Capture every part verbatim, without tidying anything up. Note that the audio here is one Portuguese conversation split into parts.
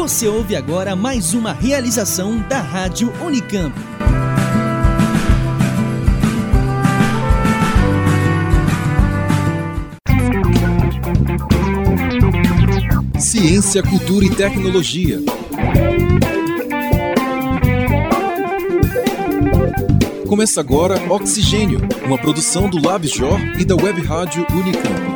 Você ouve agora mais uma realização da Rádio Unicamp. Ciência, cultura e tecnologia. Começa agora Oxigênio, uma produção do LabJor e da Web Rádio Unicamp.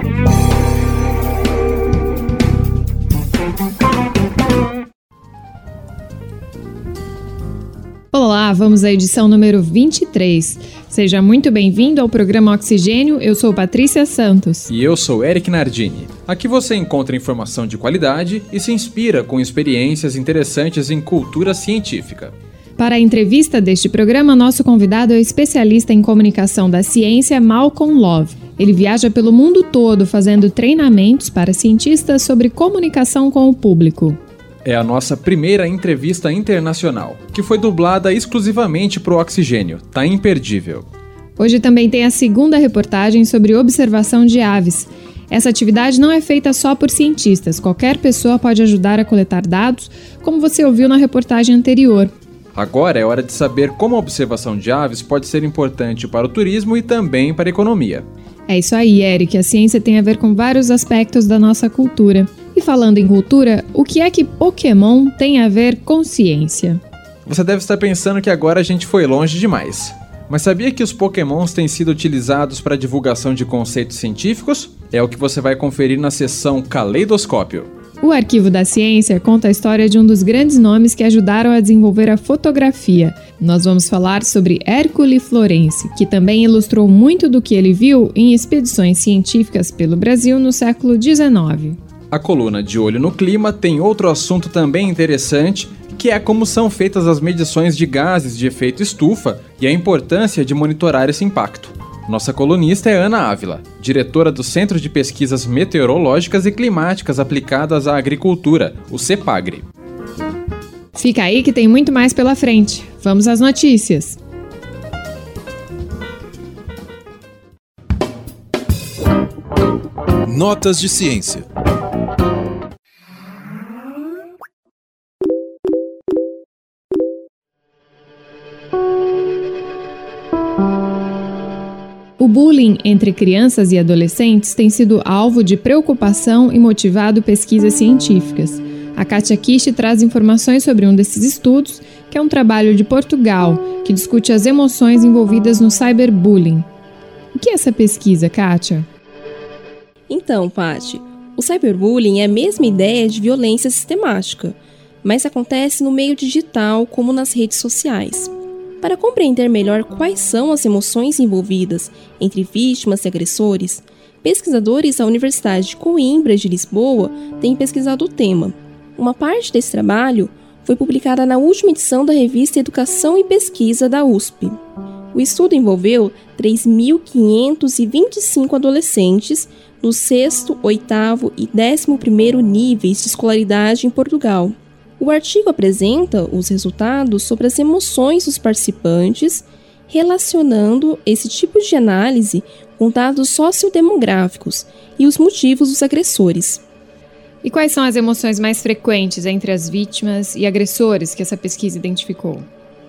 Olá, vamos à edição número vinte e três. Seja muito bem-vindo ao programa Oxigênio. Eu sou Patrícia Santos. E eu sou Eric Nardini. Aqui você encontra informação de qualidade e se inspira com experiências interessantes em cultura científica. Para a entrevista deste programa, nosso convidado é o especialista em comunicação da ciência Malcolm Love. Ele viaja pelo mundo todo fazendo treinamentos para cientistas sobre comunicação com o público. É a nossa primeira entrevista internacional, que foi dublada exclusivamente para o Oxigênio. Tá imperdível. Hoje também tem a segunda reportagem sobre observação de aves. Essa atividade não é feita só por cientistas. Qualquer pessoa pode ajudar a coletar dados, como você ouviu na reportagem anterior. Agora é hora de saber como a observação de aves pode ser importante para o turismo e também para a economia. É isso aí, Eric. A ciência tem a ver com vários aspectos da nossa cultura. E falando em cultura, o que é que Pokémon tem a ver com ciência? Você deve estar pensando que agora a gente foi longe demais. Mas sabia que os Pokémons têm sido utilizados para a divulgação de conceitos científicos? É o que você vai conferir na seção Caleidoscópio. O Arquivo da Ciência conta a história de um dos grandes nomes que ajudaram a desenvolver a fotografia. Nós vamos falar sobre Hercule Florence, que também ilustrou muito do que ele viu em expedições científicas pelo Brasil no século dezenove. A coluna De Olho no Clima tem outro assunto também interessante, que é como são feitas as medições de gases de efeito estufa e a importância de monitorar esse impacto. Nossa colunista é Ana Ávila, diretora do Centro de Pesquisas Meteorológicas e Climáticas Aplicadas à Agricultura, o CEPAGRE. Fica aí que tem muito mais pela frente. Vamos às notícias. Notas de ciência. O bullying entre crianças e adolescentes tem sido alvo de preocupação e motivado pesquisas científicas. A Kátia Kishi traz informações sobre um desses estudos, que é um trabalho de Portugal, que discute as emoções envolvidas no cyberbullying. O que é essa pesquisa, Kátia? Então, Paty, o cyberbullying é a mesma ideia de violência sistemática, mas acontece no meio digital, como nas redes sociais. Para compreender melhor quais são as emoções envolvidas entre vítimas e agressores, pesquisadores da Universidade de Coimbra de Lisboa têm pesquisado o tema. Uma parte desse trabalho foi publicada na última edição da revista Educação e Pesquisa da U S P. O estudo envolveu três mil quinhentos e vinte e cinco adolescentes no sexto, oitavo e décimo primeiro níveis de escolaridade em Portugal. O artigo apresenta os resultados sobre as emoções dos participantes, relacionando esse tipo de análise com dados sociodemográficos e os motivos dos agressores. E quais são as emoções mais frequentes entre as vítimas e agressores que essa pesquisa identificou?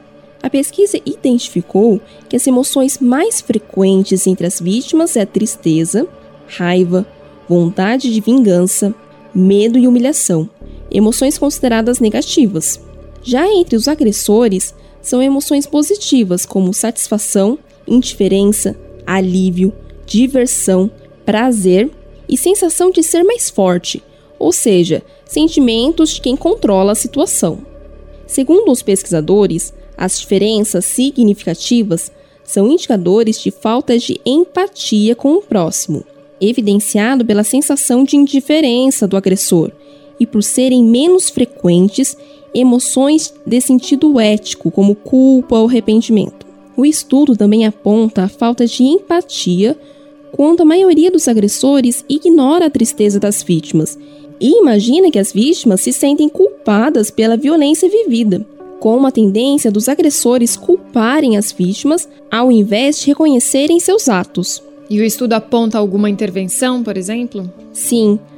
A pesquisa identificou que as emoções mais frequentes entre as vítimas é a tristeza, raiva, vontade de vingança, medo e humilhação. Emoções consideradas negativas. Já entre os agressores, são emoções positivas como satisfação, indiferença, alívio, diversão, prazer e sensação de ser mais forte, ou seja, sentimentos de quem controla a situação. Segundo os pesquisadores, as diferenças significativas são indicadores de falta de empatia com o próximo, evidenciado pela sensação de indiferença do agressor, e por serem menos frequentes, emoções de sentido ético, como culpa ou arrependimento. O estudo também aponta a falta de empatia quando a maioria dos agressores ignora a tristeza das vítimas e imagina que as vítimas se sentem culpadas pela violência vivida, com uma tendência dos agressores culparem as vítimas ao invés de reconhecerem seus atos. E o estudo aponta alguma intervenção, por exemplo? Sim.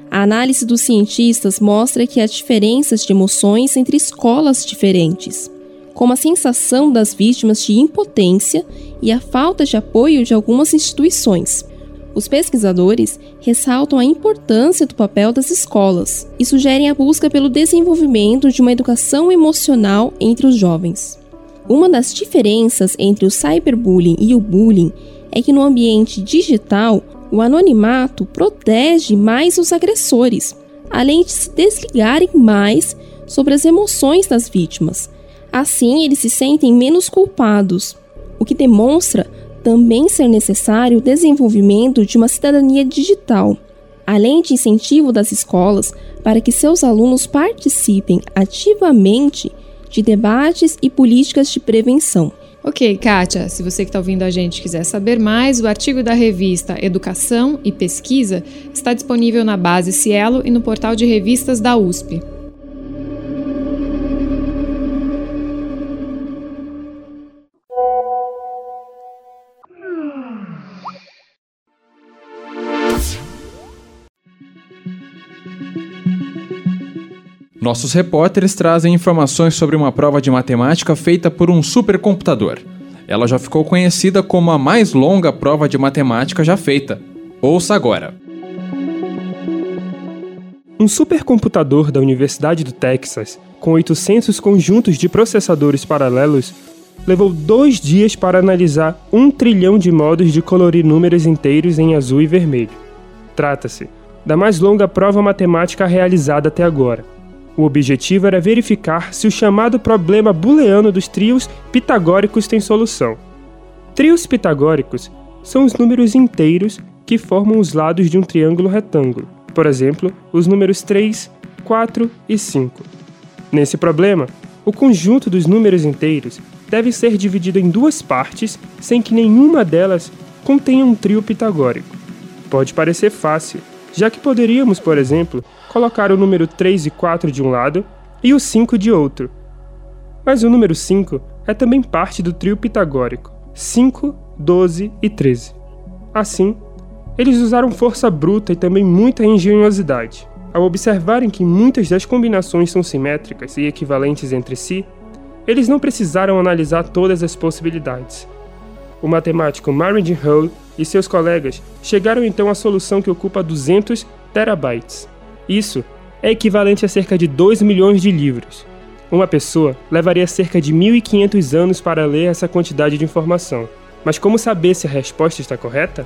A análise dos cientistas mostra que há diferenças de emoções entre escolas diferentes, como a sensação das vítimas de impotência e a falta de apoio de algumas instituições. Os pesquisadores ressaltam a importância do papel das escolas e sugerem a busca pelo desenvolvimento de uma educação emocional entre os jovens. Uma das diferenças entre o cyberbullying e o bullying é que no ambiente digital, o anonimato protege mais os agressores, além de se desligarem mais sobre as emoções das vítimas. Assim, eles se sentem menos culpados, o que demonstra também ser necessário o desenvolvimento de uma cidadania digital, além de incentivo das escolas para que seus alunos participem ativamente de debates e políticas de prevenção. Ok, Kátia, se você que está ouvindo a gente quiser saber mais, o artigo da revista Educação e Pesquisa está disponível na base Cielo e no portal de revistas da U S P. Nossos repórteres trazem informações sobre uma prova de matemática feita por um supercomputador. Ela já ficou conhecida como a mais longa prova de matemática já feita. Ouça agora. Um supercomputador da Universidade do Texas, com oitocentos conjuntos de processadores paralelos, levou dois dias para analisar um trilhão de modos de colorir números inteiros em azul e vermelho. Trata-se da mais longa prova matemática realizada até agora. O objetivo era verificar se o chamado problema booleano dos trios pitagóricos tem solução. Trios pitagóricos são os números inteiros que formam os lados de um triângulo retângulo, por exemplo, os números três, quatro e cinco. Nesse problema, o conjunto dos números inteiros deve ser dividido em duas partes sem que nenhuma delas contenha um trio pitagórico. Pode parecer fácil, já que poderíamos, por exemplo, colocar o número três e quatro de um lado e o cinco de outro. Mas o número cinco é também parte do trio pitagórico, cinco, doze e treze. Assim, eles usaram força bruta e também muita engenhosidade. Ao observarem que muitas das combinações são simétricas e equivalentes entre si, eles não precisaram analisar todas as possibilidades. O matemático Martin Hull e seus colegas chegaram então à solução que ocupa duzentos terabytes. Isso é equivalente a cerca de dois milhões de livros. Uma pessoa levaria cerca de mil e quinhentos anos para ler essa quantidade de informação. Mas como saber se a resposta está correta?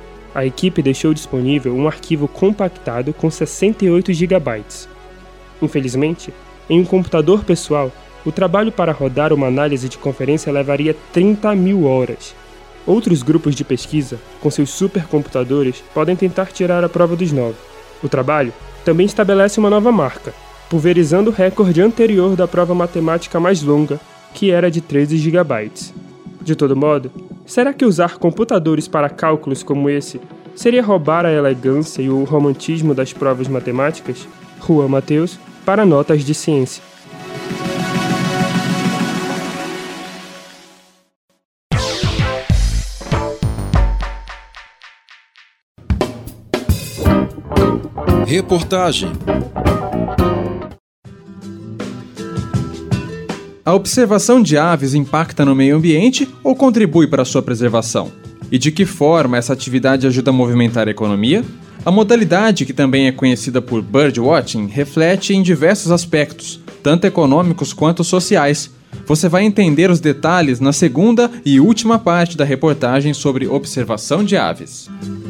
A equipe deixou disponível um arquivo compactado com sessenta e oito gigabytes. Infelizmente, em um computador pessoal, o trabalho para rodar uma análise de conferência levaria trinta mil horas. Outros grupos de pesquisa, com seus supercomputadores, podem tentar tirar a prova dos nove. O trabalho também estabelece uma nova marca, pulverizando o recorde anterior da prova matemática mais longa, que era de treze gigabytes. De todo modo, será que usar computadores para cálculos como esse seria roubar a elegância e o romantismo das provas matemáticas? Juan Mateus, para Notas de Ciência. Reportagem. A observação de aves impacta no meio ambiente ou contribui para a sua preservação? E de que forma essa atividade ajuda a movimentar a economia? A modalidade, que também é conhecida por birdwatching, reflete em diversos aspectos, tanto econômicos quanto sociais. Você vai entender os detalhes na segunda e última parte da reportagem sobre observação de aves.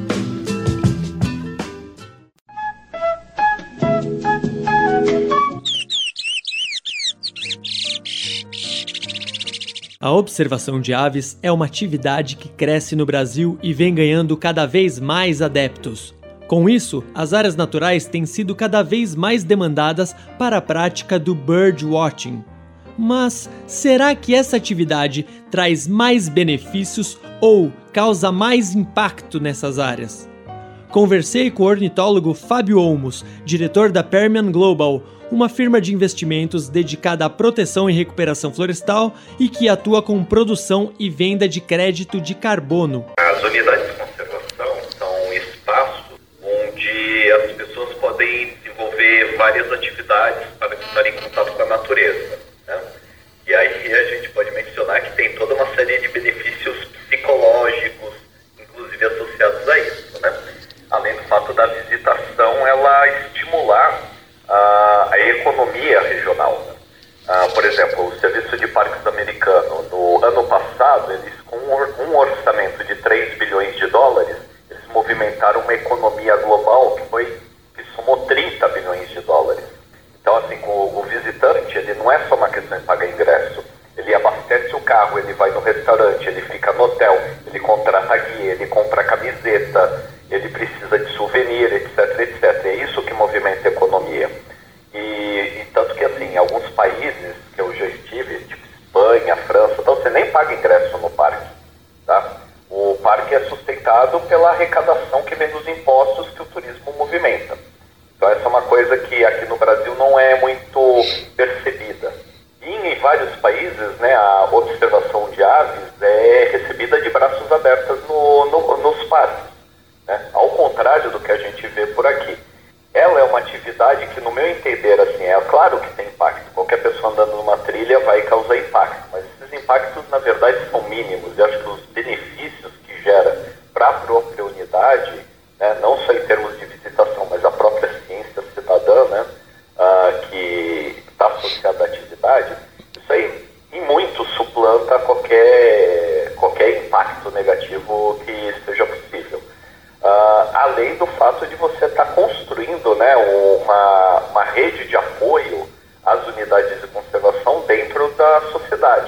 A observação de aves é uma atividade que cresce no Brasil e vem ganhando cada vez mais adeptos. Com isso, as áreas naturais têm sido cada vez mais demandadas para a prática do birdwatching. Mas será que essa atividade traz mais benefícios ou causa mais impacto nessas áreas? Conversei com o ornitólogo Fábio Olmos, diretor da Permian Global, uma firma de investimentos dedicada à proteção e recuperação florestal e que atua com produção e venda de crédito de carbono. As unidades de conservação são espaços onde as pessoas podem podem desenvolver várias atividades para estar em contato com a natureza, né? E aí a gente pode mencionar que tem toda uma série de benefícios psicológicos, inclusive associados a isso, né? Além do fato da visitação, ela estimular uh, a economia regional, né? Uh, por exemplo, o Serviço de Parques americano, no ano passado, eles com um orçamento de três bilhões de dólares, eles movimentaram uma economia global que foi que somou trinta bilhões de dólares. Então, assim, o, o visitante, ele não é só uma questão de pagar ingresso, ele abastece o carro, ele vai no restaurante, ele fica no hotel, ele contrata guia, ele compra camiseta, ele precisa de souvenir, etc, etcétera. É isso que movimenta a economia. E, e tanto que, assim, em alguns países que eu já estive, tipo Espanha, França, então você nem paga ingresso no parque, tá? O parque é sustentado pela arrecadação que vem dos impostos que o turismo movimenta. Então essa é uma coisa que aqui no Brasil não é muito percebida. E em vários países, né, a observação de aves é recebida de braços abertos no, no, nos parques, né? Ao contrário do que a gente vê por aqui. Ela é uma atividade que, no meu entender, assim, é claro que tem impacto. Qualquer pessoa andando numa trilha vai causar impacto, mas esses impactos, na verdade, são mínimos. Eu acho que os benefícios que gera para a própria unidade, né, não só em termos de visitação, mas a própria ciência cidadã, né, uh, que está associada à atividade, isso aí, em muito, suplanta qualquer, qualquer impacto negativo que seja possível. Uh, além do fato de você estar tá construindo, né, uma, uma rede de apoio às unidades de conservação dentro da sociedade.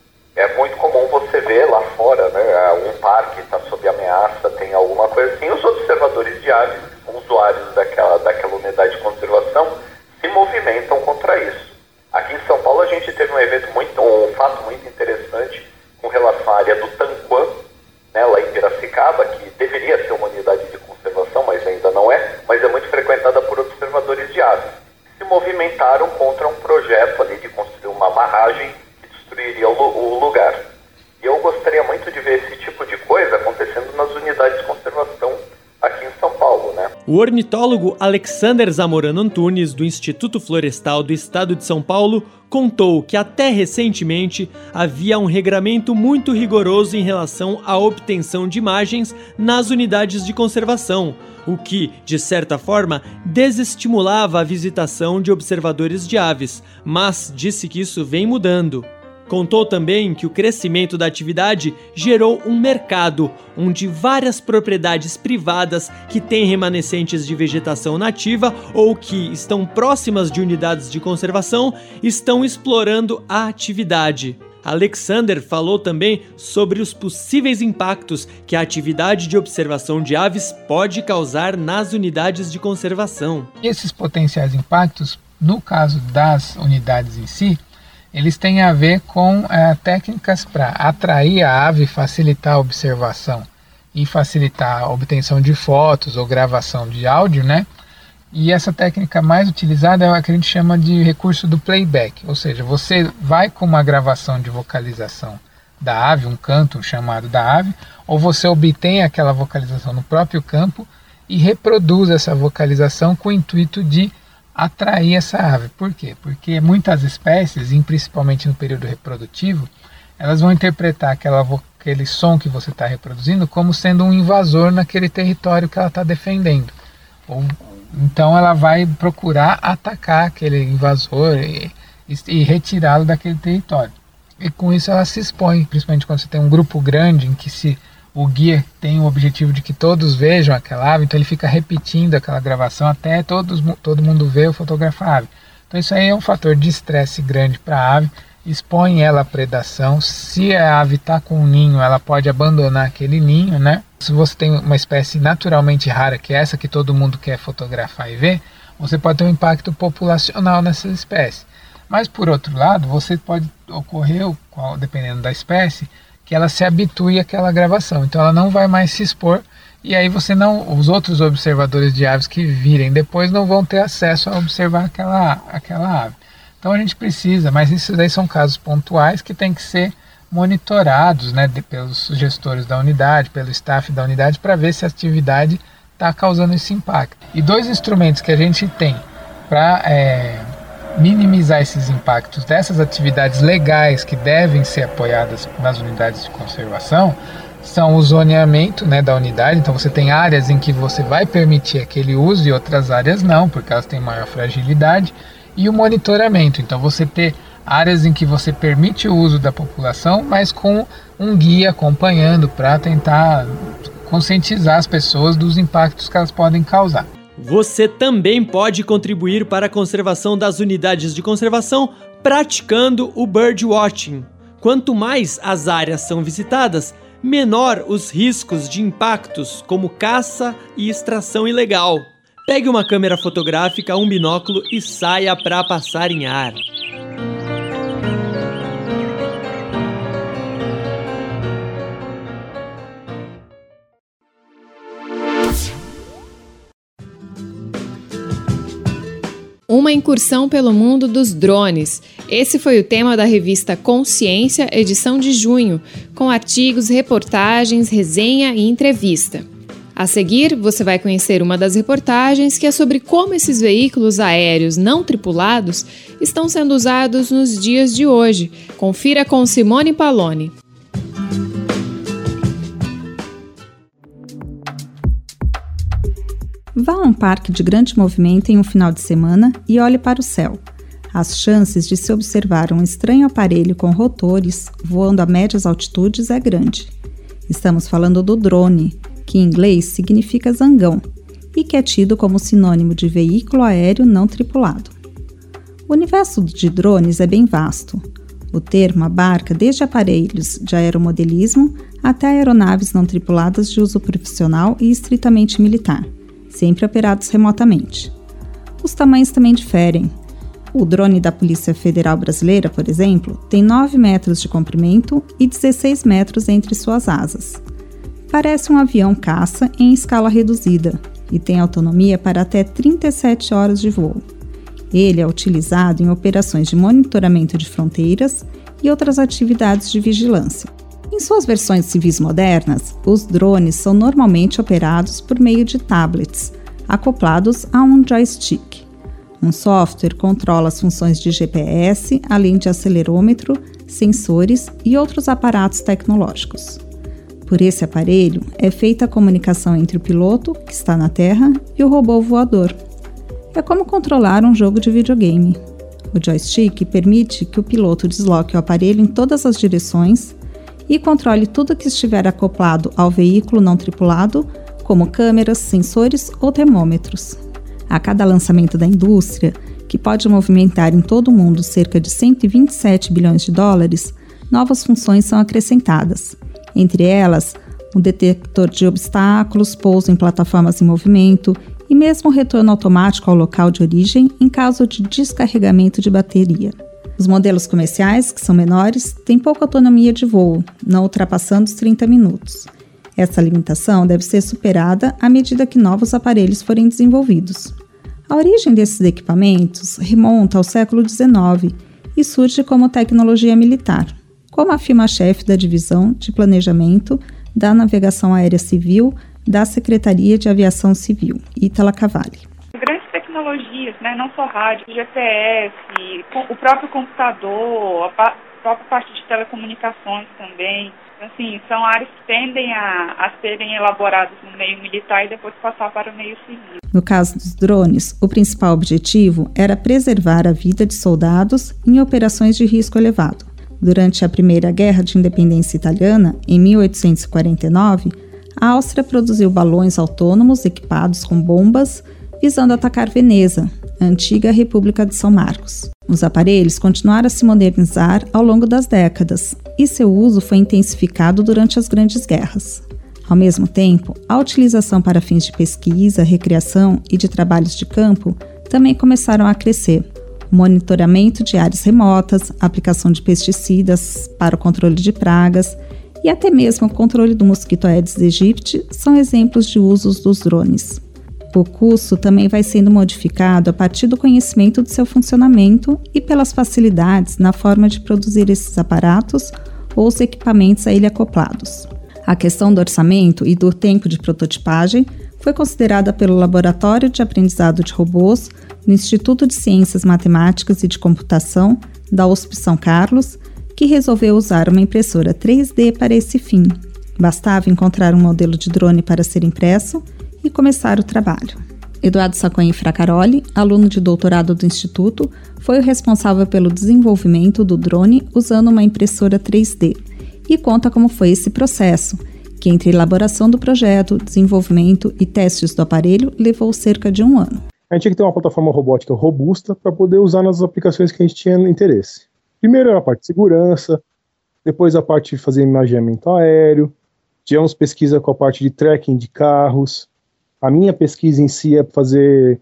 É muito comum você ver lá fora, né, um parque está sob ameaça, tem alguma coisa assim, os observadores de aves, usuários daquela, daquela unidade de conservação, se movimentam contra isso. Aqui em São Paulo a gente teve um evento muito, um fato muito interessante com relação à área do Tanquã, né, lá em Piracicaba, que deveria ser uma unidade de conservação, mas ainda não é, mas é muito frequentada por observadores de aves. Se movimentaram contra um projeto ali de construir uma barragem que destruiria o, o lugar. E eu gostaria muito de ver esse tipo de coisa acontecendo nas unidades de conservação aqui em São Paulo, né? O ornitólogo Alexander Zamorano Antunes, do Instituto Florestal do Estado de São Paulo, contou que até recentemente havia um regramento muito rigoroso em relação à obtenção de imagens nas unidades de conservação, o que, de certa forma, desestimulava a visitação de observadores de aves, mas disse que isso vem mudando. Contou também que o crescimento da atividade gerou um mercado, onde várias propriedades privadas que têm remanescentes de vegetação nativa ou que estão próximas de unidades de conservação estão explorando a atividade. Alexander falou também sobre os possíveis impactos que a atividade de observação de aves pode causar nas unidades de conservação. Esses potenciais impactos, no caso das unidades em si, eles têm a ver com é, técnicas para atrair a ave, facilitar a observação e facilitar a obtenção de fotos ou gravação de áudio, né? E essa técnica mais utilizada é a que a gente chama de recurso do playback, ou seja, você vai com uma gravação de vocalização da ave, um canto, um chamado da ave, ou você obtém aquela vocalização no próprio campo e reproduz essa vocalização com o intuito de atrair essa ave. Por quê? Porque muitas espécies, e principalmente no período reprodutivo, elas vão interpretar aquela, aquele som que você está reproduzindo como sendo um invasor naquele território que ela está defendendo. Ou, então ela vai procurar atacar aquele invasor e, e retirá-lo daquele território. E com isso ela se expõe, principalmente quando você tem um grupo grande em que se o guia tem o objetivo de que todos vejam aquela ave, então ele fica repetindo aquela gravação até todos, todo mundo ver ou fotografar a ave. Então isso aí é um fator de estresse grande para a ave, expõe ela à predação. Se a ave está com um ninho, ela pode abandonar aquele ninho, né? Se você tem uma espécie naturalmente rara, que é essa que todo mundo quer fotografar e ver, você pode ter um impacto populacional nessa espécie. Mas por outro lado, você pode ocorrer, dependendo da espécie, que ela se habitue àquela gravação, então ela não vai mais se expor, e aí você não, os outros observadores de aves que virem depois não vão ter acesso a observar aquela, aquela ave. Então a gente precisa, mas isso daí são casos pontuais que tem que ser monitorados, né, de, pelos gestores da unidade, pelo staff da unidade, para ver se a atividade está causando esse impacto. E dois instrumentos que a gente tem para é, minimizar esses impactos dessas atividades legais que devem ser apoiadas nas unidades de conservação são o zoneamento, né, da unidade. Então você tem áreas em que você vai permitir aquele uso e outras áreas não, porque elas têm maior fragilidade, e o monitoramento. Então você ter áreas em que você permite o uso da população, mas com um guia acompanhando para tentar conscientizar as pessoas dos impactos que elas podem causar. Você também pode contribuir para a conservação das unidades de conservação praticando o birdwatching. Quanto mais as áreas são visitadas, menor os riscos de impactos como caça e extração ilegal. Pegue uma câmera fotográfica, um binóculo e saia para passar em ar. Uma incursão pelo mundo dos drones. Esse foi o tema da revista Consciência, edição de junho, com artigos, reportagens, resenha e entrevista. A seguir, você vai conhecer uma das reportagens que é sobre como esses veículos aéreos não tripulados estão sendo usados nos dias de hoje. Confira com Simone Paloni. Vá a um parque de grande movimento em um final de semana e olhe para o céu. As chances de se observar um estranho aparelho com rotores voando a médias altitudes é grande. Estamos falando do drone, que em inglês significa zangão, e que é tido como sinônimo de veículo aéreo não tripulado. O universo de drones é bem vasto. O termo abarca desde aparelhos de aeromodelismo até aeronaves não tripuladas de uso profissional e estritamente militar, sempre operados remotamente. Os tamanhos também diferem. O drone da Polícia Federal Brasileira, por exemplo, tem nove metros de comprimento e dezesseis metros entre suas asas. Parece um avião caça em escala reduzida e tem autonomia para até trinta e sete horas de voo. Ele é utilizado em operações de monitoramento de fronteiras e outras atividades de vigilância. Em suas versões civis modernas, os drones são normalmente operados por meio de tablets, acoplados a um joystick. Um software controla as funções de G P S, além de acelerômetro, sensores e outros aparatos tecnológicos. Por esse aparelho, é feita a comunicação entre o piloto, que está na terra, e o robô voador. É como controlar um jogo de videogame. O joystick permite que o piloto desloque o aparelho em todas as direções e controle tudo que estiver acoplado ao veículo não tripulado, como câmeras, sensores ou termômetros. A cada lançamento da indústria, que pode movimentar em todo o mundo cerca de cento e vinte e sete bilhões de dólares, novas funções são acrescentadas. Entre elas, um detector de obstáculos, pouso em plataformas em movimento e mesmo retorno automático ao local de origem em caso de descarregamento de bateria. Os modelos comerciais, que são menores, têm pouca autonomia de voo, não ultrapassando os trinta minutos. Essa limitação deve ser superada à medida que novos aparelhos forem desenvolvidos. A origem desses equipamentos remonta ao século dezenove e surge como tecnologia militar, como afirma a chefe da Divisão de Planejamento da Navegação Aérea Civil da Secretaria de Aviação Civil, Ítala Cavalli. Grandes tecnologias, né? Não só rádio, G P S, o próprio computador, a própria parte de telecomunicações também. Assim, são áreas que tendem a, a serem elaboradas no meio militar e depois passar para o meio civil. No caso dos drones, o principal objetivo era preservar a vida de soldados em operações de risco elevado. Durante a Primeira Guerra de Independência Italiana, em mil oitocentos e quarenta e nove, a Áustria produziu balões autônomos equipados com bombas visando atacar Veneza, a antiga República de São Marcos. Os aparelhos continuaram a se modernizar ao longo das décadas e seu uso foi intensificado durante as grandes guerras. Ao mesmo tempo, a utilização para fins de pesquisa, recreação e de trabalhos de campo também começaram a crescer. O monitoramento de áreas remotas, a aplicação de pesticidas para o controle de pragas e até mesmo o controle do mosquito Aedes aegypti são exemplos de usos dos drones. O curso também vai sendo modificado a partir do conhecimento de seu funcionamento e pelas facilidades na forma de produzir esses aparatos ou os equipamentos a ele acoplados. A questão do orçamento e do tempo de prototipagem Foi considerada pelo Laboratório de Aprendizado de Robôs do Instituto de Ciências Matemáticas e de Computação da U S P São Carlos, que resolveu usar uma impressora três D para esse fim. Bastava encontrar um modelo de drone para ser impresso e começar o trabalho. Eduardo Sacconhi Fracaroli, aluno de doutorado do Instituto, foi o responsável pelo desenvolvimento do drone usando uma impressora três D e conta como foi esse processo, que entre elaboração do projeto, desenvolvimento e testes do aparelho levou cerca de um ano. A gente tinha que ter uma plataforma robótica robusta para poder usar nas aplicações que a gente tinha interesse. Primeiro era a parte de segurança, depois a parte de fazer imaginamento aéreo, tivemos pesquisa com a parte de tracking de carros. A minha pesquisa em si é fazer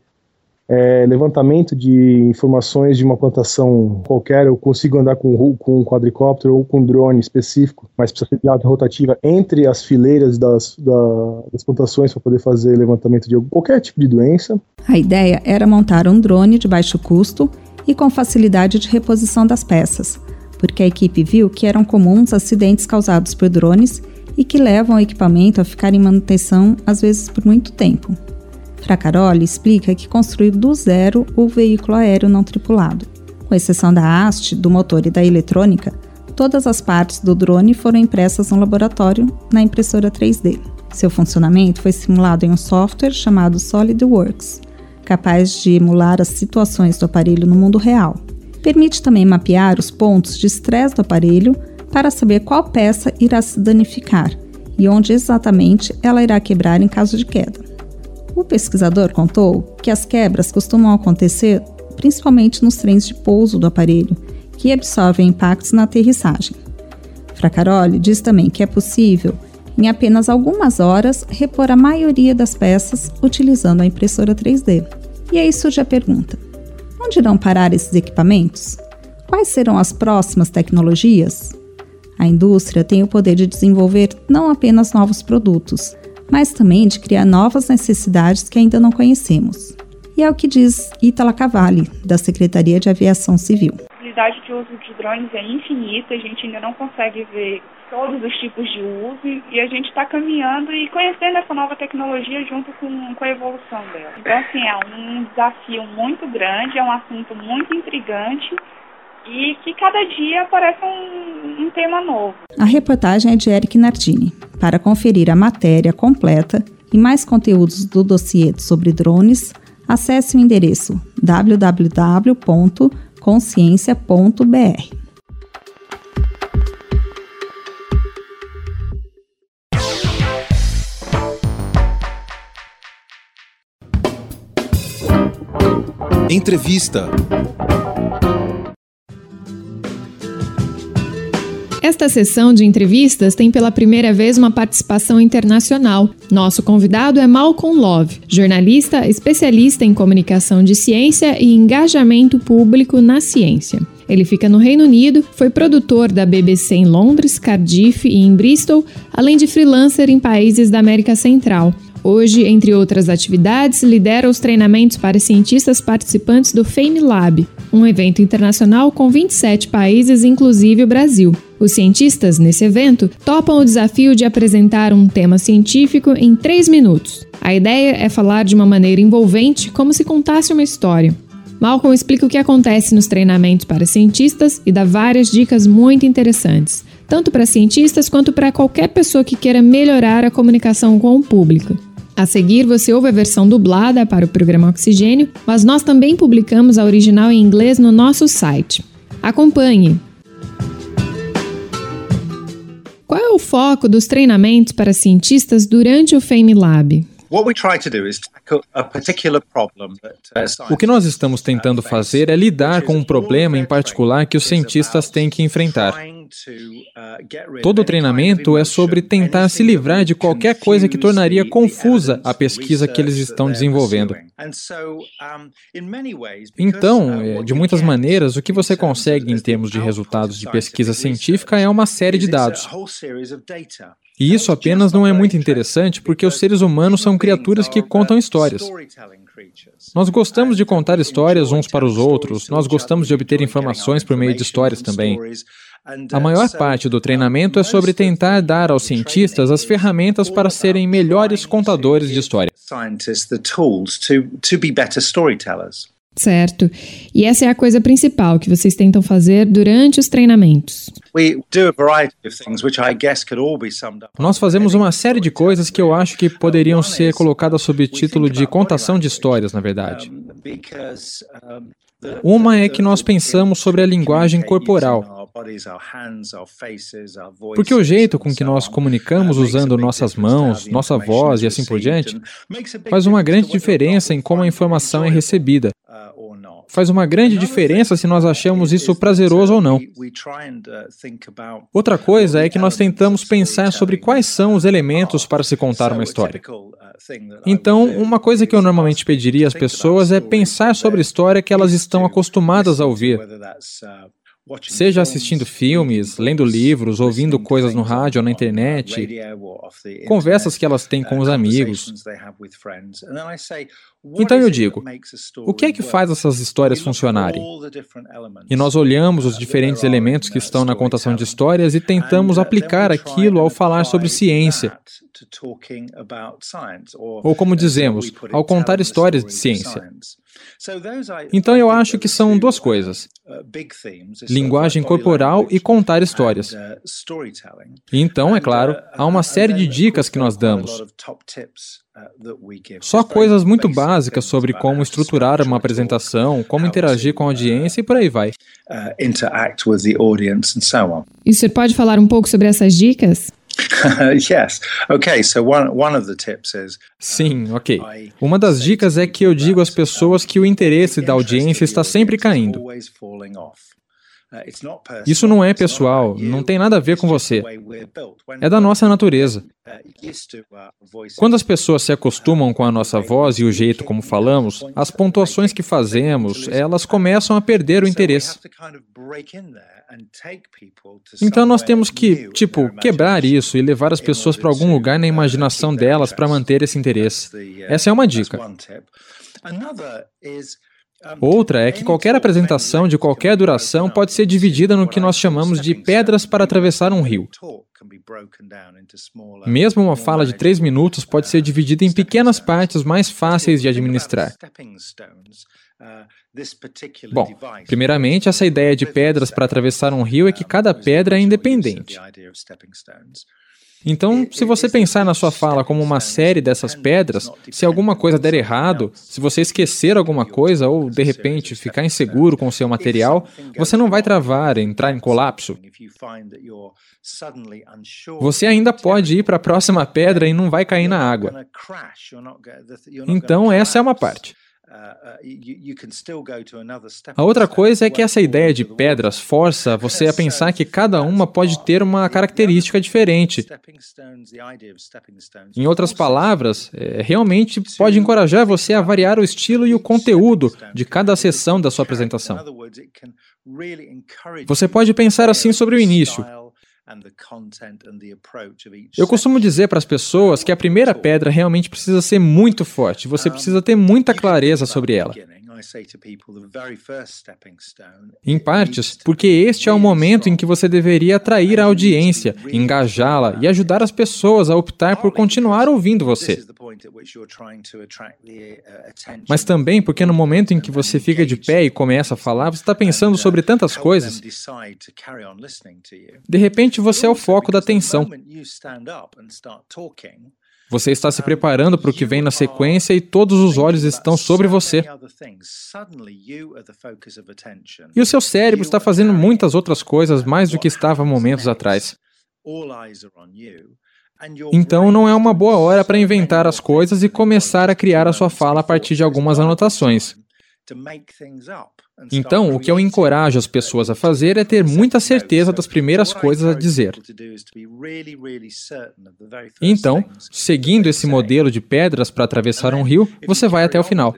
é, levantamento de informações de uma plantação qualquer. Eu consigo andar com, com um quadricóptero ou com um drone específico, mas precisa ter alta rotativa entre as fileiras das, da, das plantações para poder fazer levantamento de qualquer tipo de doença. A ideia era montar um drone de baixo custo e com facilidade de reposição das peças, porque a equipe viu que eram comuns acidentes causados por drones e que levam o equipamento a ficar em manutenção, às vezes por muito tempo. Fracaroli explica que construiu do zero o veículo aéreo não tripulado. Com exceção da haste, do motor e da eletrônica, todas as partes do drone foram impressas no laboratório na impressora três D. Seu funcionamento foi simulado em um software chamado SolidWorks, capaz de emular as situações do aparelho no mundo real. Permite também mapear os pontos de estresse do aparelho para saber qual peça irá se danificar e onde exatamente ela irá quebrar em caso de queda. O pesquisador contou que as quebras costumam acontecer principalmente nos trens de pouso do aparelho, que absorvem impactos na aterrissagem. Fracaroli diz também que é possível, em apenas algumas horas, repor a maioria das peças utilizando a impressora três D. E aí surge a pergunta: onde irão parar esses equipamentos? Quais serão as próximas tecnologias? A indústria tem o poder de desenvolver não apenas novos produtos, mas também de criar novas necessidades que ainda não conhecemos. E é o que diz Ítala Cavalli, da Secretaria de Aviação Civil. A possibilidade de uso de drones é infinita, a gente ainda não consegue ver todos os tipos de uso e a gente está caminhando e conhecendo essa nova tecnologia junto com, com a evolução dela. Então, assim, é um desafio muito grande, é um assunto muito intrigante e que cada dia aparece um, um tema novo. A reportagem é de Eric Nardini. Para conferir a matéria completa e mais conteúdos do dossiê sobre drones, acesse o endereço w w w ponto consciência ponto b r. Entrevista. Esta sessão de entrevistas tem pela primeira vez uma participação internacional. Nosso convidado é Malcolm Love, jornalista especialista em comunicação de ciência e engajamento público na ciência. Ele fica no Reino Unido, foi produtor da B B C em Londres, Cardiff e em Bristol, além de freelancer em países da América Central. Hoje, entre outras atividades, lidera os treinamentos para cientistas participantes do FameLab, um evento internacional com vinte e sete países, inclusive o Brasil. Os cientistas, nesse evento, topam o desafio de apresentar um tema científico em três minutos. A ideia é falar de uma maneira envolvente, como se contasse uma história. Malcolm explica o que acontece nos treinamentos para cientistas e dá várias dicas muito interessantes, tanto para cientistas quanto para qualquer pessoa que queira melhorar a comunicação com o público. A seguir, você ouve a versão dublada para o programa Oxigênio, mas nós também publicamos a original em inglês no nosso site. Acompanhe! Qual é o foco dos treinamentos para cientistas durante o FameLab? O que nós estamos tentando fazer é lidar com um problema em particular que os cientistas têm que enfrentar. Todo o treinamento é sobre tentar se livrar de qualquer coisa que tornaria confusa a pesquisa que eles estão desenvolvendo. Então, de muitas maneiras, o que você consegue em termos de resultados de pesquisa científica é uma série de dados. E isso apenas não é muito interessante porque os seres humanos são criaturas que contam histórias. Nós gostamos de contar histórias uns para os outros, nós gostamos de obter informações por meio de histórias também. A maior parte do treinamento é sobre tentar dar aos cientistas as ferramentas para serem melhores contadores de história. Certo. E essa é a coisa principal que vocês tentam fazer durante os treinamentos. Nós fazemos uma série de coisas que eu acho que poderiam ser colocadas sob o título de contação de histórias, na verdade. Uma é que nós pensamos sobre a linguagem corporal. Porque o jeito com que nós comunicamos usando nossas mãos, nossa voz e assim por diante, faz uma grande diferença em como a informação é recebida. Faz uma grande diferença se nós achamos isso prazeroso ou não. Outra coisa é que nós tentamos pensar sobre quais são os elementos para se contar uma história. Então, uma coisa que eu normalmente pediria às pessoas é pensar sobre a história que elas estão acostumadas a ouvir. Seja assistindo filmes, lendo livros, ouvindo coisas no rádio ou na internet, conversas que elas têm com os amigos. Então eu digo, o que é que faz essas histórias funcionarem? E nós olhamos os diferentes elementos que estão na contação de histórias e tentamos aplicar aquilo ao falar sobre ciência. Ou como dizemos, ao contar histórias de ciência. Então eu acho que são duas coisas: linguagem corporal e contar histórias. E então, é claro, há uma série de dicas que nós damos. Só coisas muito básicas sobre como estruturar uma apresentação, como interagir com a audiência e por aí vai. E o senhor pode falar um pouco sobre essas dicas? Sim, ok. Uma das dicas é que eu digo às pessoas que o interesse da audiência está sempre caindo. Isso não é pessoal, não tem nada a ver com você. É da nossa natureza. Quando as pessoas se acostumam com a nossa voz e o jeito como falamos, as pontuações que fazemos, elas começam a perder o interesse. Então nós temos que, tipo, quebrar isso e levar as pessoas para algum lugar na imaginação delas para manter esse interesse. Essa é uma dica. Outra é que qualquer apresentação de qualquer duração pode ser dividida no que nós chamamos de pedras para atravessar um rio. Mesmo uma fala de três minutos pode ser dividida em pequenas partes mais fáceis de administrar. Bom, primeiramente, essa ideia de pedras para atravessar um rio é que cada pedra é independente. Então, se você pensar na sua fala como uma série dessas pedras, se alguma coisa der errado, se você esquecer alguma coisa ou, de repente, ficar inseguro com o seu material, você não vai travar, entrar em colapso. Você ainda pode ir para a próxima pedra e não vai cair na água. Então, essa é uma parte. A outra coisa é que essa ideia de pedras força você a pensar que cada uma pode ter uma característica diferente. Em outras palavras, é, realmente pode encorajar você a variar o estilo e o conteúdo de cada seção da sua apresentação. Você pode pensar assim sobre o início. Eu costumo dizer para as pessoas que a primeira pedra realmente precisa ser muito forte, você precisa ter muita clareza sobre ela. Em partes, porque este é o momento em que você deveria atrair a audiência, engajá-la e ajudar as pessoas a optar por continuar ouvindo você. Mas também porque no momento em que você fica de pé e começa a falar, você está pensando sobre tantas coisas. De repente, você é o foco da atenção. Você está se preparando para o que vem na sequência e todos os olhos estão sobre você. E o seu cérebro está fazendo muitas outras coisas mais do que estava momentos atrás. Então não é uma boa hora para inventar as coisas e começar a criar a sua fala a partir de algumas anotações. Então, o que eu encorajo as pessoas a fazer é ter muita certeza das primeiras coisas a dizer. Então, seguindo esse modelo de pedras para atravessar um rio, você vai até o final.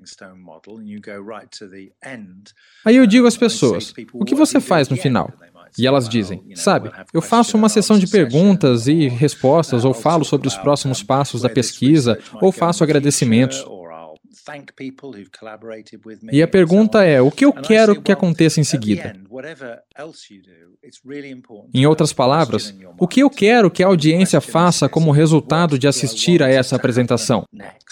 Aí eu digo às pessoas, o que você faz no final? E elas dizem, sabe, eu faço uma sessão de perguntas e respostas, ou falo sobre os próximos passos da pesquisa, ou faço agradecimentos. E a pergunta é, o que eu quero que aconteça em seguida? Em outras palavras, o que eu quero que a audiência faça como resultado de assistir a essa apresentação?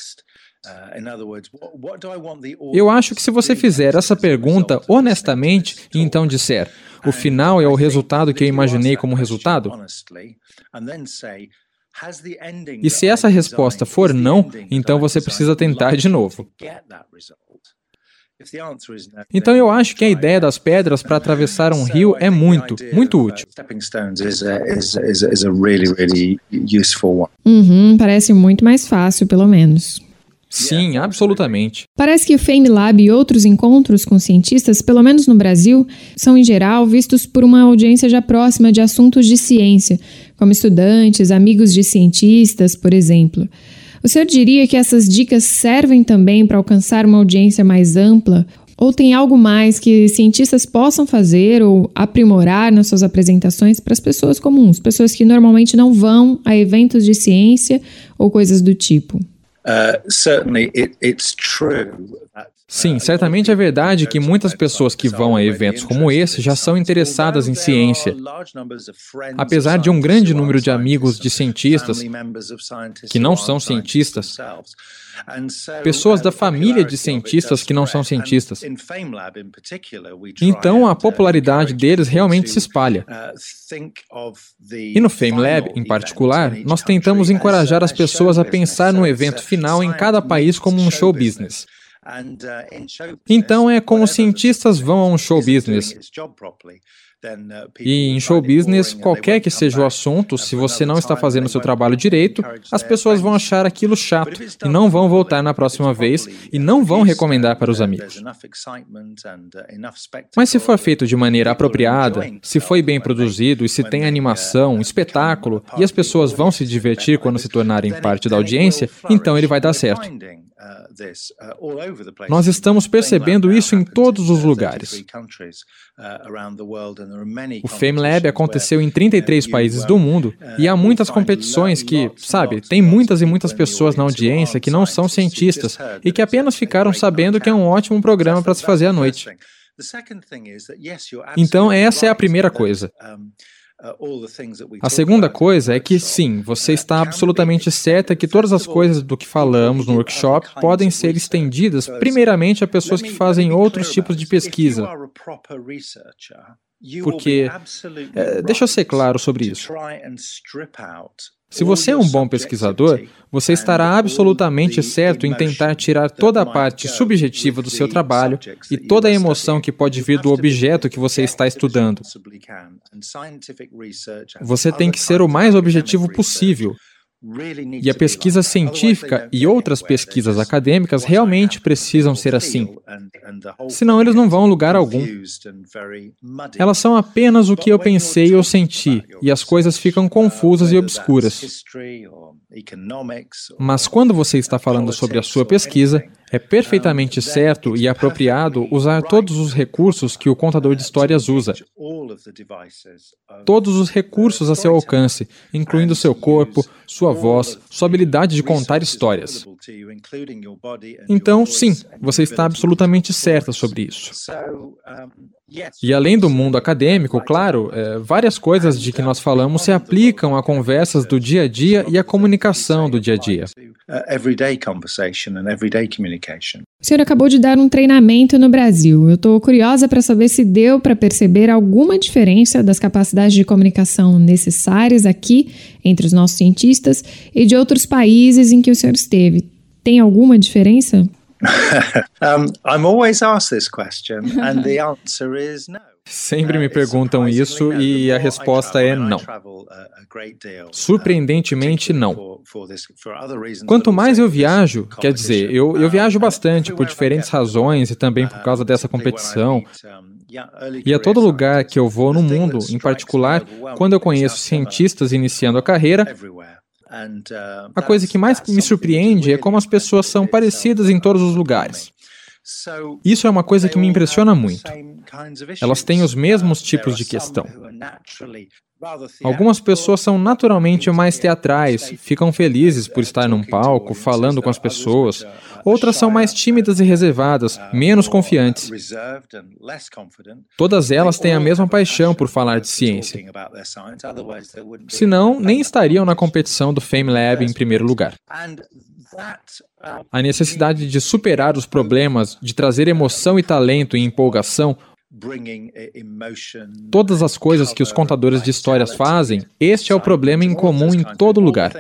Eu acho que se você fizer essa pergunta honestamente e então disser, o final é o resultado que eu imaginei como resultado? E se essa resposta for não, então você precisa tentar de novo. Então eu acho que a ideia das pedras para atravessar um rio é muito, muito útil. Uhum, parece muito mais fácil, pelo menos. Sim, absolutamente. Parece que o FameLab e outros encontros com cientistas, pelo menos no Brasil, são em geral vistos por uma audiência já próxima de assuntos de ciência, como estudantes, amigos de cientistas, por exemplo. O senhor diria que essas dicas servem também para alcançar uma audiência mais ampla? Ou tem algo mais que cientistas possam fazer ou aprimorar nas suas apresentações para as pessoas comuns, pessoas que normalmente não vão a eventos de ciência ou coisas do tipo? Sim, certamente é verdade que muitas pessoas que vão a eventos como esse já são interessadas em ciência. Apesar de um grande número de amigos de cientistas que não são cientistas, pessoas da família de cientistas que não são cientistas. Então, a popularidade deles realmente se espalha. E no FameLab, em particular, nós tentamos encorajar as pessoas a pensar no evento final em cada país como um show business. Então, é como os cientistas vão a um show business. E em show business, qualquer que seja o assunto, se você não está fazendo o seu trabalho direito, as pessoas vão achar aquilo chato e não vão voltar na próxima vez e não vão recomendar para os amigos. Mas se for feito de maneira apropriada, se foi bem produzido e se tem animação, espetáculo e as pessoas vão se divertir quando se tornarem parte da audiência, então ele vai dar certo. Nós estamos percebendo isso em todos os lugares. O FameLab aconteceu em trinta e três países do mundo e há muitas competições que, sabe, tem muitas e muitas pessoas na audiência que não são cientistas e que apenas ficaram sabendo que é um ótimo programa para se fazer à noite. Então, essa é a primeira coisa. A segunda coisa é que, sim, você está absolutamente certa que todas as coisas do que falamos no workshop podem ser estendidas primeiramente a pessoas que fazem outros tipos de pesquisa. Porque, é, deixa eu ser claro sobre isso. Se você é um bom pesquisador, você estará absolutamente certo em tentar tirar toda a parte subjetiva do seu trabalho e toda a emoção que pode vir do objeto que você está estudando. Você tem que ser o mais objetivo possível. E a pesquisa científica e outras pesquisas acadêmicas realmente precisam ser assim. Senão eles não vão a lugar algum. Elas são apenas o que eu pensei ou senti, e as coisas ficam confusas e obscuras. Mas quando você está falando sobre a sua pesquisa, é perfeitamente certo e apropriado usar todos os recursos que o contador de histórias usa. Todos os recursos a seu alcance, incluindo seu corpo, sua voz, sua habilidade de contar histórias. Então, sim, você está absolutamente certa sobre isso. E além do mundo acadêmico, claro, é, várias coisas de que nós falamos se aplicam a conversas do dia a dia e à comunicação do dia a dia. O senhor acabou de dar um treinamento no Brasil. Eu estou curiosa para saber se deu para perceber alguma diferença das capacidades de comunicação necessárias aqui entre os nossos cientistas e de outros países em que o senhor esteve. Tem alguma diferença? um, I'm always asked this question, and the answer is no. Sempre me perguntam isso e a resposta é não. Surpreendentemente, não. Quanto mais eu viajo, quer dizer, eu, eu viajo bastante por diferentes razões e também por causa dessa competição. E a todo lugar que eu vou no mundo, em particular, quando eu conheço cientistas iniciando a carreira, a coisa que mais me surpreende é como as pessoas são parecidas em todos os lugares. Isso é uma coisa que me impressiona muito. Elas têm os mesmos tipos de questão. Algumas pessoas são naturalmente mais teatrais, ficam felizes por estar num palco, falando com as pessoas. Outras são mais tímidas e reservadas, menos confiantes. Todas elas têm a mesma paixão por falar de ciência. Senão, nem estariam na competição do FameLab em primeiro lugar. A necessidade de superar os problemas, de trazer emoção e talento e empolgação, todas as coisas que os contadores de histórias fazem, este é o problema em comum em todo lugar.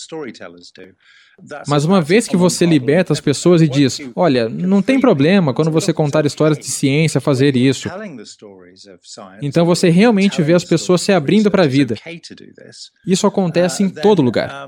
Mas uma vez que você liberta as pessoas e diz, olha, não tem problema quando você contar histórias de ciência fazer isso. Então você realmente vê as pessoas se abrindo para a vida. Isso acontece em todo lugar.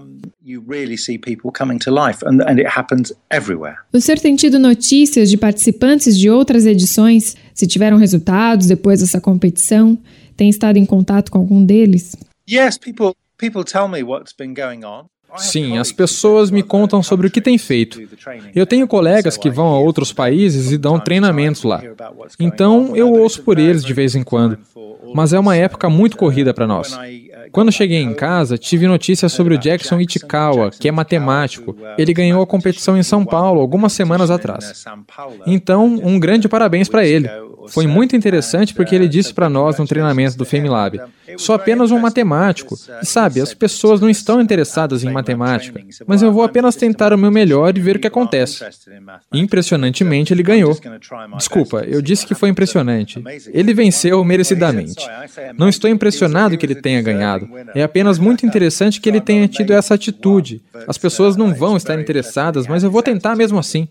O senhor tem tido notícias de participantes de outras edições? Se tiveram resultados depois dessa competição? Tem estado em contato com algum deles? Yes, people, people tell me what's been going on. Sim, as pessoas me contam sobre o que têm feito. Eu tenho colegas que vão a outros países e dão treinamentos lá. Então, eu ouço por eles de vez em quando. Mas é uma época muito corrida para nós. Quando cheguei em casa, tive notícias sobre o Jackson Ichikawa, que é matemático. Ele ganhou a competição em São Paulo algumas semanas atrás. Então, um grande parabéns para ele. Foi muito interessante porque ele disse para nós no treinamento do FameLab, sou apenas um matemático. E sabe, as pessoas não estão interessadas em matemática, mas eu vou apenas tentar o meu melhor e ver o que acontece. Impressionantemente, ele ganhou. Desculpa, eu disse que foi impressionante. Ele venceu merecidamente. Não estou impressionado que ele tenha ganhado. É apenas muito interessante que ele tenha tido essa atitude. As pessoas não vão estar interessadas, mas eu vou tentar mesmo assim.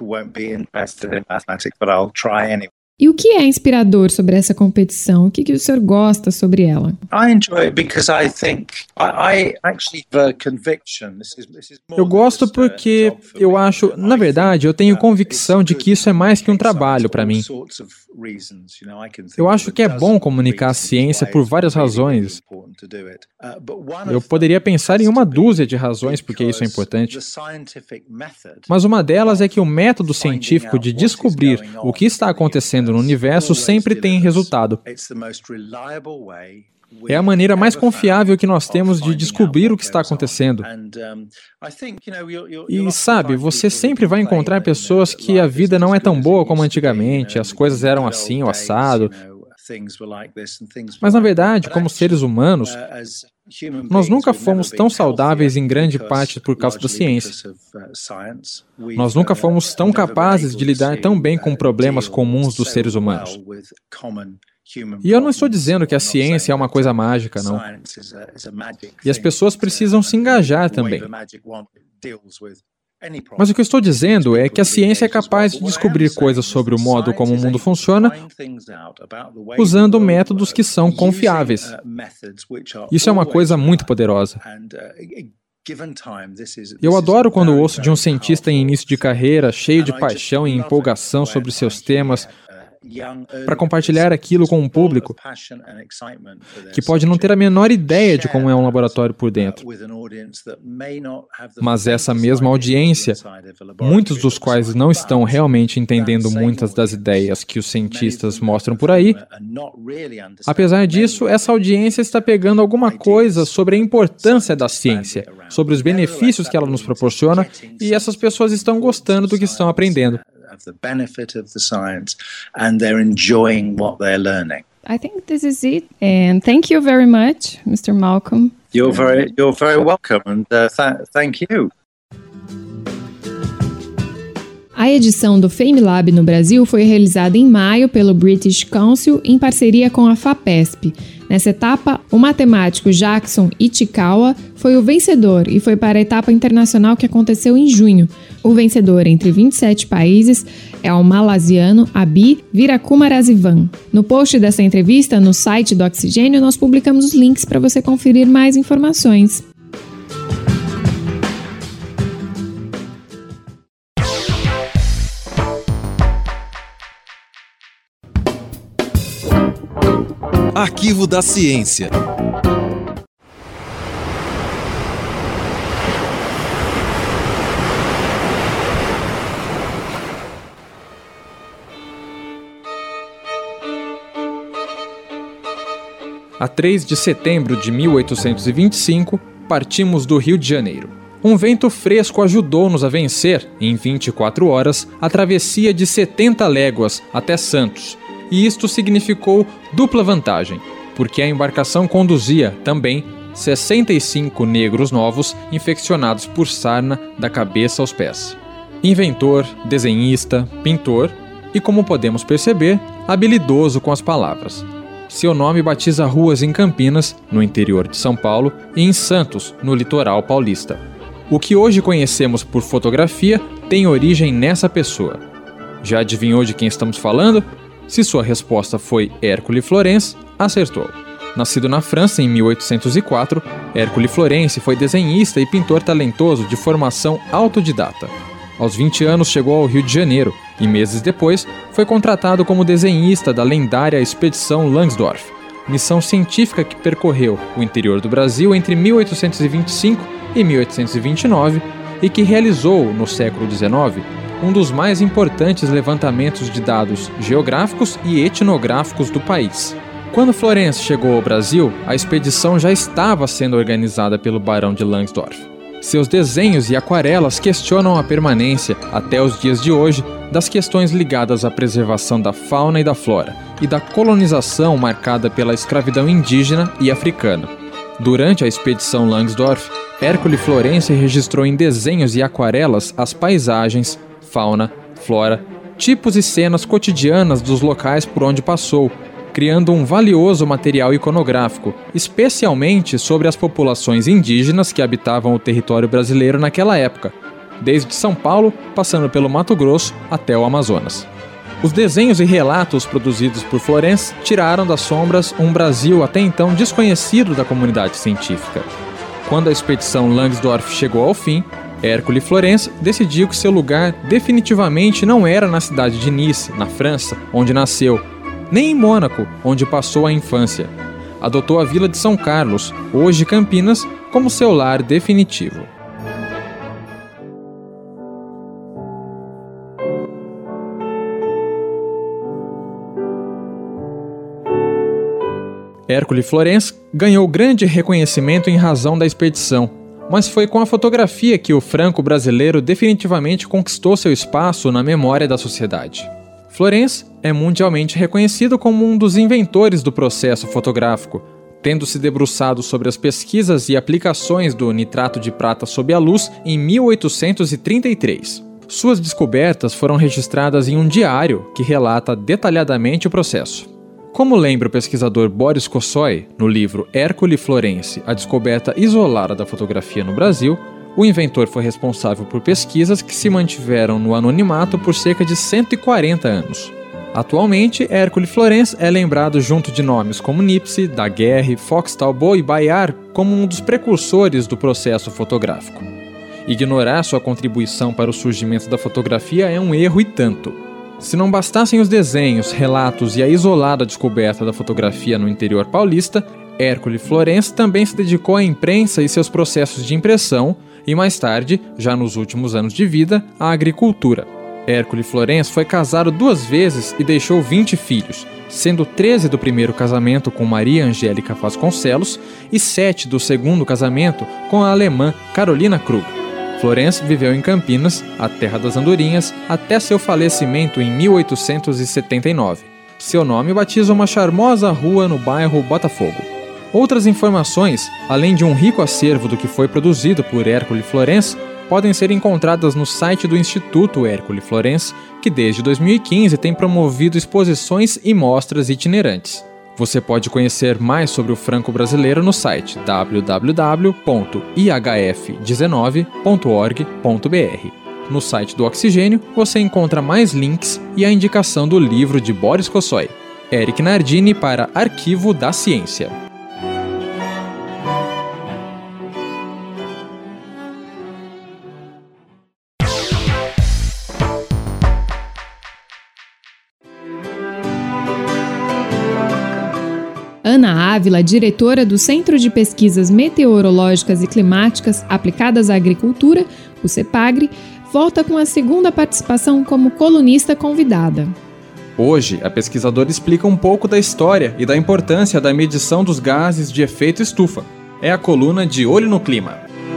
E o que é inspirador sobre essa competição? O que, que o senhor gosta sobre ela? Eu gosto porque eu acho, na verdade, eu tenho convicção de que isso é mais que um trabalho para mim. Eu acho que é bom comunicar a ciência por várias razões. Eu poderia pensar em uma dúzia de razões por que isso é importante. Mas uma delas é que o método científico de descobrir o que está acontecendo no universo sempre tem resultado. É a maneira mais confiável que nós temos de descobrir o que está acontecendo. E sabe, você sempre vai encontrar pessoas que a vida não é tão boa como antigamente, as coisas eram assim ou assado. Mas na verdade, como seres humanos, nós nunca fomos tão saudáveis em grande parte por causa da ciência. Nós nunca fomos tão capazes de lidar tão bem com problemas comuns dos seres humanos. E eu não estou dizendo que a ciência é uma coisa mágica, não. E as pessoas precisam se engajar também. Mas o que eu estou dizendo é que a ciência é capaz de descobrir coisas sobre o modo como o mundo funciona usando métodos que são confiáveis. Isso é uma coisa muito poderosa. Eu adoro quando ouço de um cientista em início de carreira, cheio de paixão e empolgação sobre seus temas, para compartilhar aquilo com um público que pode não ter a menor ideia de como é um laboratório por dentro. Mas essa mesma audiência, muitos dos quais não estão realmente entendendo muitas das ideias que os cientistas mostram por aí, apesar disso, essa audiência está pegando alguma coisa sobre a importância da ciência, sobre os benefícios que ela nos proporciona, e essas pessoas estão gostando do que estão aprendendo. Of the benefit of the science, and they're enjoying what they're learning. I think this is it, and thank you very much, Mister Malcolm. You're very, you're very welcome, and uh, th- thank you. A edição do FameLab no Brasil foi realizada em maio pelo British Council em parceria com a FAPESP. Nessa etapa, o matemático Jackson Ichikawa foi o vencedor e foi para a etapa internacional que aconteceu em junho. O vencedor entre vinte e sete países é o malasiano Abi Virakumarazivan. No post dessa entrevista, no site do Oxigênio, nós publicamos os links para você conferir mais informações. Arquivo da Ciência. A três de setembro de mil oitocentos e vinte e cinco, partimos do Rio de Janeiro. Um vento fresco ajudou-nos a vencer, em vinte e quatro horas, a travessia de setenta léguas até Santos, e isto significou dupla vantagem, porque a embarcação conduzia, também, sessenta e cinco negros novos infeccionados por sarna da cabeça aos pés. Inventor, desenhista, pintor e, como podemos perceber, habilidoso com as palavras. Seu nome batiza ruas em Campinas, no interior de São Paulo, e em Santos, no litoral paulista. O que hoje conhecemos por fotografia tem origem nessa pessoa. Já adivinhou de quem estamos falando? Se sua resposta foi Hércules Florence, acertou. Nascido na França em mil oitocentos e quatro, Hércules Florence foi desenhista e pintor talentoso de formação autodidata. Aos vinte anos chegou ao Rio de Janeiro e, meses depois, foi contratado como desenhista da lendária Expedição Langsdorff, missão científica que percorreu o interior do Brasil entre mil oitocentos e vinte e cinco e mil oitocentos e vinte e nove e que realizou, no século dezenove, um dos mais importantes levantamentos de dados geográficos e etnográficos do país. Quando Florence chegou ao Brasil, a expedição já estava sendo organizada pelo Barão de Langsdorff. Seus desenhos e aquarelas questionam a permanência, até os dias de hoje, das questões ligadas à preservação da fauna e da flora, e da colonização marcada pela escravidão indígena e africana. Durante a expedição Langsdorff, Hércules Florence registrou em desenhos e aquarelas as paisagens, fauna, flora, tipos e cenas cotidianas dos locais por onde passou, criando um valioso material iconográfico, especialmente sobre as populações indígenas que habitavam o território brasileiro naquela época, desde São Paulo, passando pelo Mato Grosso até o Amazonas. Os desenhos e relatos produzidos por Florence tiraram das sombras um Brasil até então desconhecido da comunidade científica. Quando a expedição Langsdorff chegou ao fim, Hércules Florence decidiu que seu lugar definitivamente não era na cidade de Nice, na França, onde nasceu, nem em Mônaco, onde passou a infância. Adotou a vila de São Carlos, hoje Campinas, como seu lar definitivo. Hércules Florence ganhou grande reconhecimento em razão da expedição, mas foi com a fotografia que o franco-brasileiro definitivamente conquistou seu espaço na memória da sociedade. Florence é mundialmente reconhecido como um dos inventores do processo fotográfico, tendo se debruçado sobre as pesquisas e aplicações do nitrato de prata sob a luz em mil oitocentos e trinta e três. Suas descobertas foram registradas em um diário que relata detalhadamente o processo. Como lembra o pesquisador Boris Kosoy, no livro Hércules Florence, a descoberta isolada da fotografia no Brasil, o inventor foi responsável por pesquisas que se mantiveram no anonimato por cerca de cento e quarenta anos. Atualmente, Hércules Florence é lembrado junto de nomes como Nipsey, Daguerre, Fox Talbot e Bayard como um dos precursores do processo fotográfico. Ignorar sua contribuição para o surgimento da fotografia é um erro e tanto. Se não bastassem os desenhos, relatos e a isolada descoberta da fotografia no interior paulista, Hércules Florence também se dedicou à imprensa e seus processos de impressão e, mais tarde, já nos últimos anos de vida, à agricultura. Hércules Florence foi casado duas vezes e deixou vinte filhos, sendo treze do primeiro casamento com Maria Angélica Vasconcelos e sete do segundo casamento com a alemã Carolina Krug. Florence viveu em Campinas, a terra das andorinhas, até seu falecimento em mil oitocentos e setenta e nove. Seu nome batiza uma charmosa rua no bairro Botafogo. Outras informações, além de um rico acervo do que foi produzido por Hércules Florence, podem ser encontradas no site do Instituto Hércules Florence, que desde dois mil e quinze tem promovido exposições e mostras itinerantes. Você pode conhecer mais sobre o franco-brasileiro no site w w w ponto i h f dezenove ponto org ponto b r. No site do Oxigênio, você encontra mais links e a indicação do livro de Boris Kosoy, Eric Nardini para Arquivo da Ciência. Ana Ávila, diretora do Centro de Pesquisas Meteorológicas e Climáticas Aplicadas à Agricultura, o CEPAGRE, volta com a segunda participação como colunista convidada. Hoje, a pesquisadora explica um pouco da história e da importância da medição dos gases de efeito estufa. É a coluna de Olho no Clima.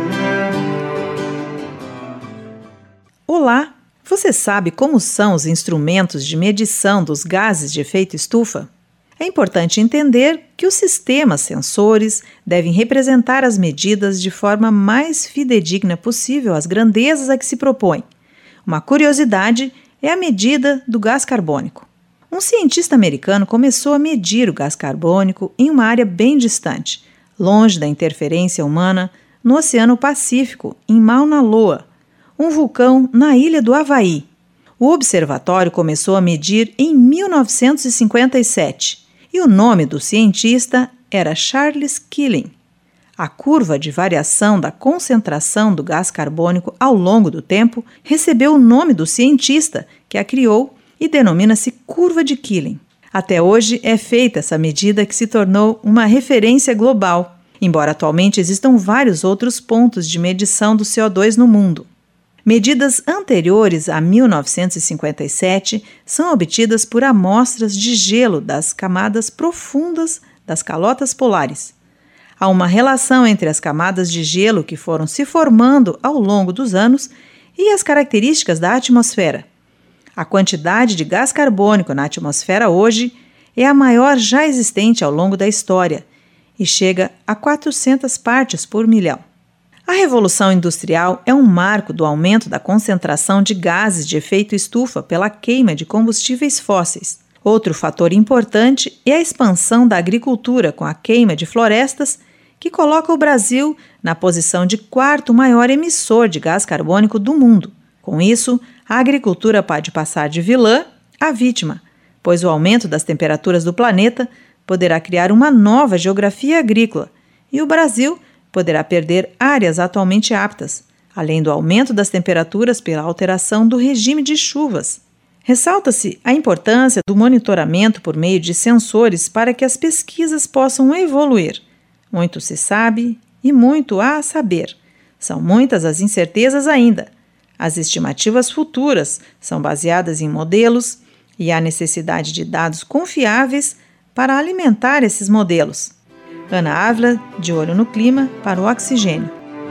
Olá! Você sabe como são os instrumentos de medição dos gases de efeito estufa? É importante entender que os sistemas sensores devem representar as medidas de forma mais fidedigna possível às grandezas a que se propõe. Uma curiosidade é a medida do gás carbônico. Um cientista americano começou a medir o gás carbônico em uma área bem distante, longe da interferência humana, no Oceano Pacífico, em Mauna Loa, um vulcão na ilha do Havaí. O observatório começou a medir em mil novecentos e cinquenta e sete e o nome do cientista era Charles Keeling. A curva de variação da concentração do gás carbônico ao longo do tempo recebeu o nome do cientista que a criou e denomina-se curva de Keeling. Até hoje é feita essa medida que se tornou uma referência global, embora atualmente existam vários outros pontos de medição do C O dois no mundo. Medidas anteriores a mil novecentos e cinquenta e sete são obtidas por amostras de gelo das camadas profundas das calotas polares. Há uma relação entre as camadas de gelo que foram se formando ao longo dos anos e as características da atmosfera. A quantidade de gás carbônico na atmosfera hoje é a maior já existente ao longo da história e chega a quatrocentas partes por milhão. A Revolução Industrial é um marco do aumento da concentração de gases de efeito estufa pela queima de combustíveis fósseis. Outro fator importante é a expansão da agricultura com a queima de florestas, que coloca o Brasil na posição de quarto maior emissor de gás carbônico do mundo. Com isso, a agricultura pode passar de vilã a vítima, pois o aumento das temperaturas do planeta poderá criar uma nova geografia agrícola e o Brasil poderá perder áreas atualmente aptas, além do aumento das temperaturas pela alteração do regime de chuvas. Ressalta-se a importância do monitoramento por meio de sensores para que as pesquisas possam evoluir. Muito se sabe e muito há a saber. São muitas as incertezas ainda. As estimativas futuras são baseadas em modelos e há necessidade de dados confiáveis para alimentar esses modelos. Ana Ávila, de Olho no Clima, para o Oxigênio.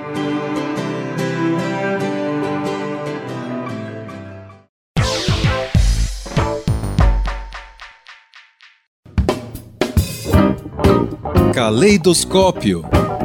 Caleidoscópio.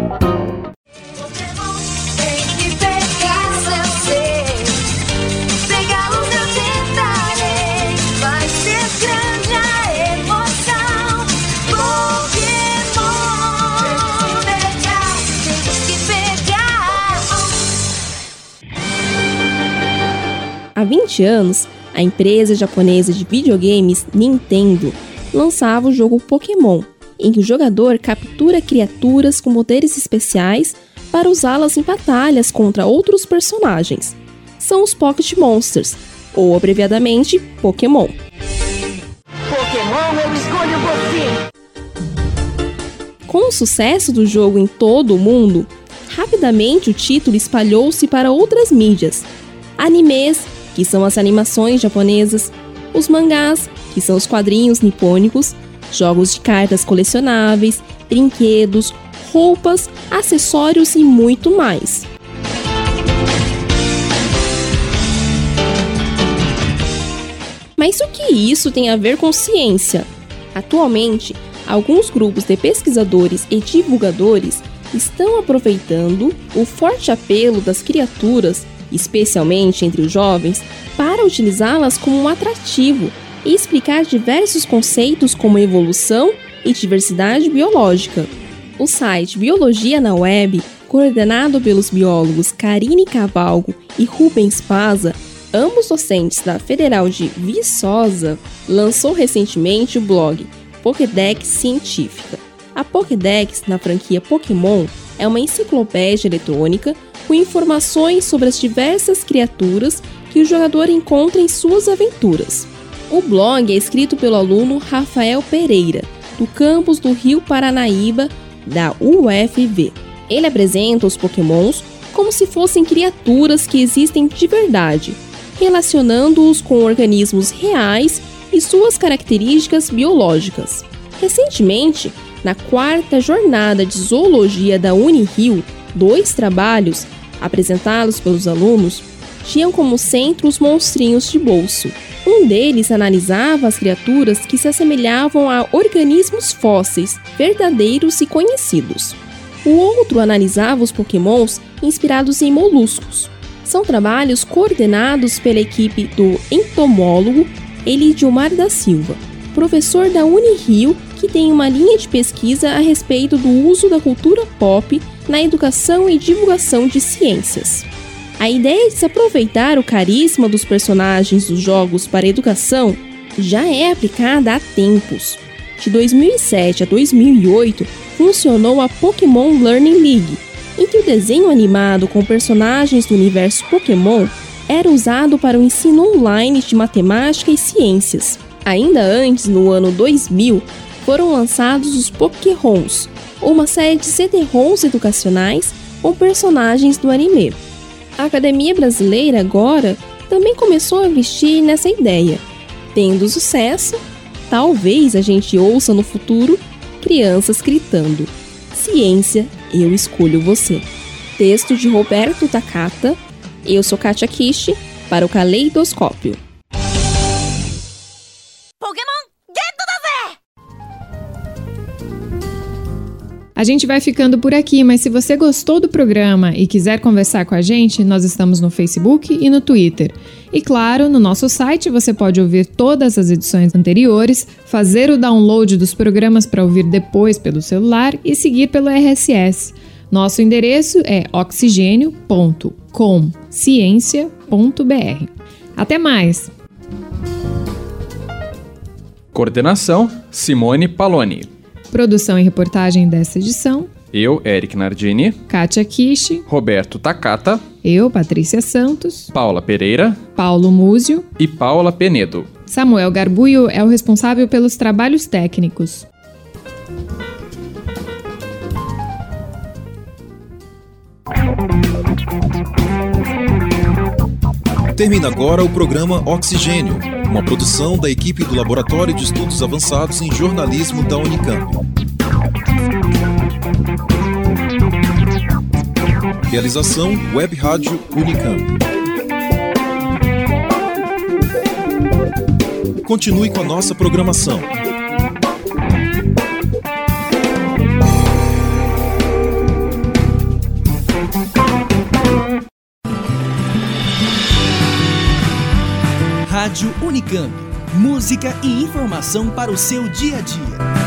Há vinte anos, a empresa japonesa de videogames Nintendo lançava o jogo Pokémon, em que o jogador captura criaturas com poderes especiais para usá-las em batalhas contra outros personagens. São os Pocket Monsters, ou abreviadamente Pokémon. Pokémon, eu escolho você! Com o sucesso do jogo em todo o mundo, rapidamente o título espalhou-se para outras mídias. Animes, que são as animações japonesas, os mangás, que são os quadrinhos nipônicos, jogos de cartas colecionáveis, brinquedos, roupas, acessórios e muito mais. Mas o que isso tem a ver com ciência? Atualmente, alguns grupos de pesquisadores e divulgadores estão aproveitando o forte apelo das criaturas, especialmente entre os jovens, para utilizá-las como um atrativo e explicar diversos conceitos como evolução e diversidade biológica. O site Biologia na Web, coordenado pelos biólogos Karine Cavalgo e Rubens Paza, ambos docentes da Federal de Viçosa, lançou recentemente o blog Pokédex Científica. A Pokédex, na franquia Pokémon, é uma enciclopédia eletrônica com informações sobre as diversas criaturas que o jogador encontra em suas aventuras. O blog é escrito pelo aluno Rafael Pereira, do campus do Rio Paranaíba, da U F V. Ele apresenta os Pokémons como se fossem criaturas que existem de verdade, relacionando-os com organismos reais e suas características biológicas. Recentemente, na quarta jornada de zoologia da Unirio, dois trabalhos, apresentados pelos alunos, tinham como centro os monstrinhos de bolso. Um deles analisava as criaturas que se assemelhavam a organismos fósseis, verdadeiros e conhecidos. O outro analisava os pokémons inspirados em moluscos. São trabalhos coordenados pela equipe do entomólogo Elidiomar da Silva, professor da Unirio, que tem uma linha de pesquisa a respeito do uso da cultura pop na educação e divulgação de ciências. A ideia de se aproveitar o carisma dos personagens dos jogos para a educação já é aplicada há tempos. De dois mil e sete a dois mil e oito, funcionou a Pokémon Learning League, em que o desenho animado com personagens do universo Pokémon era usado para o ensino online de matemática e ciências. Ainda antes, no ano dois mil, foram lançados os Poké-ROMs, uma série de C D-ROMs educacionais com personagens do anime. A Academia Brasileira agora também começou a investir nessa ideia. Tendo sucesso, talvez a gente ouça no futuro crianças gritando: "Ciência, eu escolho você". Texto de Roberto Takata. Eu sou Kátia Kishi, para o Caleidoscópio. A gente vai ficando por aqui, mas se você gostou do programa e quiser conversar com a gente, nós estamos no Facebook e no Twitter. E claro, no nosso site você pode ouvir todas as edições anteriores, fazer o download dos programas para ouvir depois pelo celular e seguir pelo R S S. Nosso endereço é oxigênio ponto com ciência ponto b r. Até mais! Coordenação: Simone Paloni. Produção e reportagem dessa edição: eu, Eric Nardini, Kátia Kishi, Roberto Takata, eu, Patrícia Santos, Paula Pereira, Paulo Múzio e Paula Penedo. Samuel Garbuio é o responsável pelos trabalhos técnicos. Termina agora o programa Oxigênio, uma produção da equipe do Laboratório de Estudos Avançados em Jornalismo da Unicamp. Realização Web Rádio Unicamp. Continue com a nossa programação. Rádio Unicamp. Música e informação para o seu dia a dia.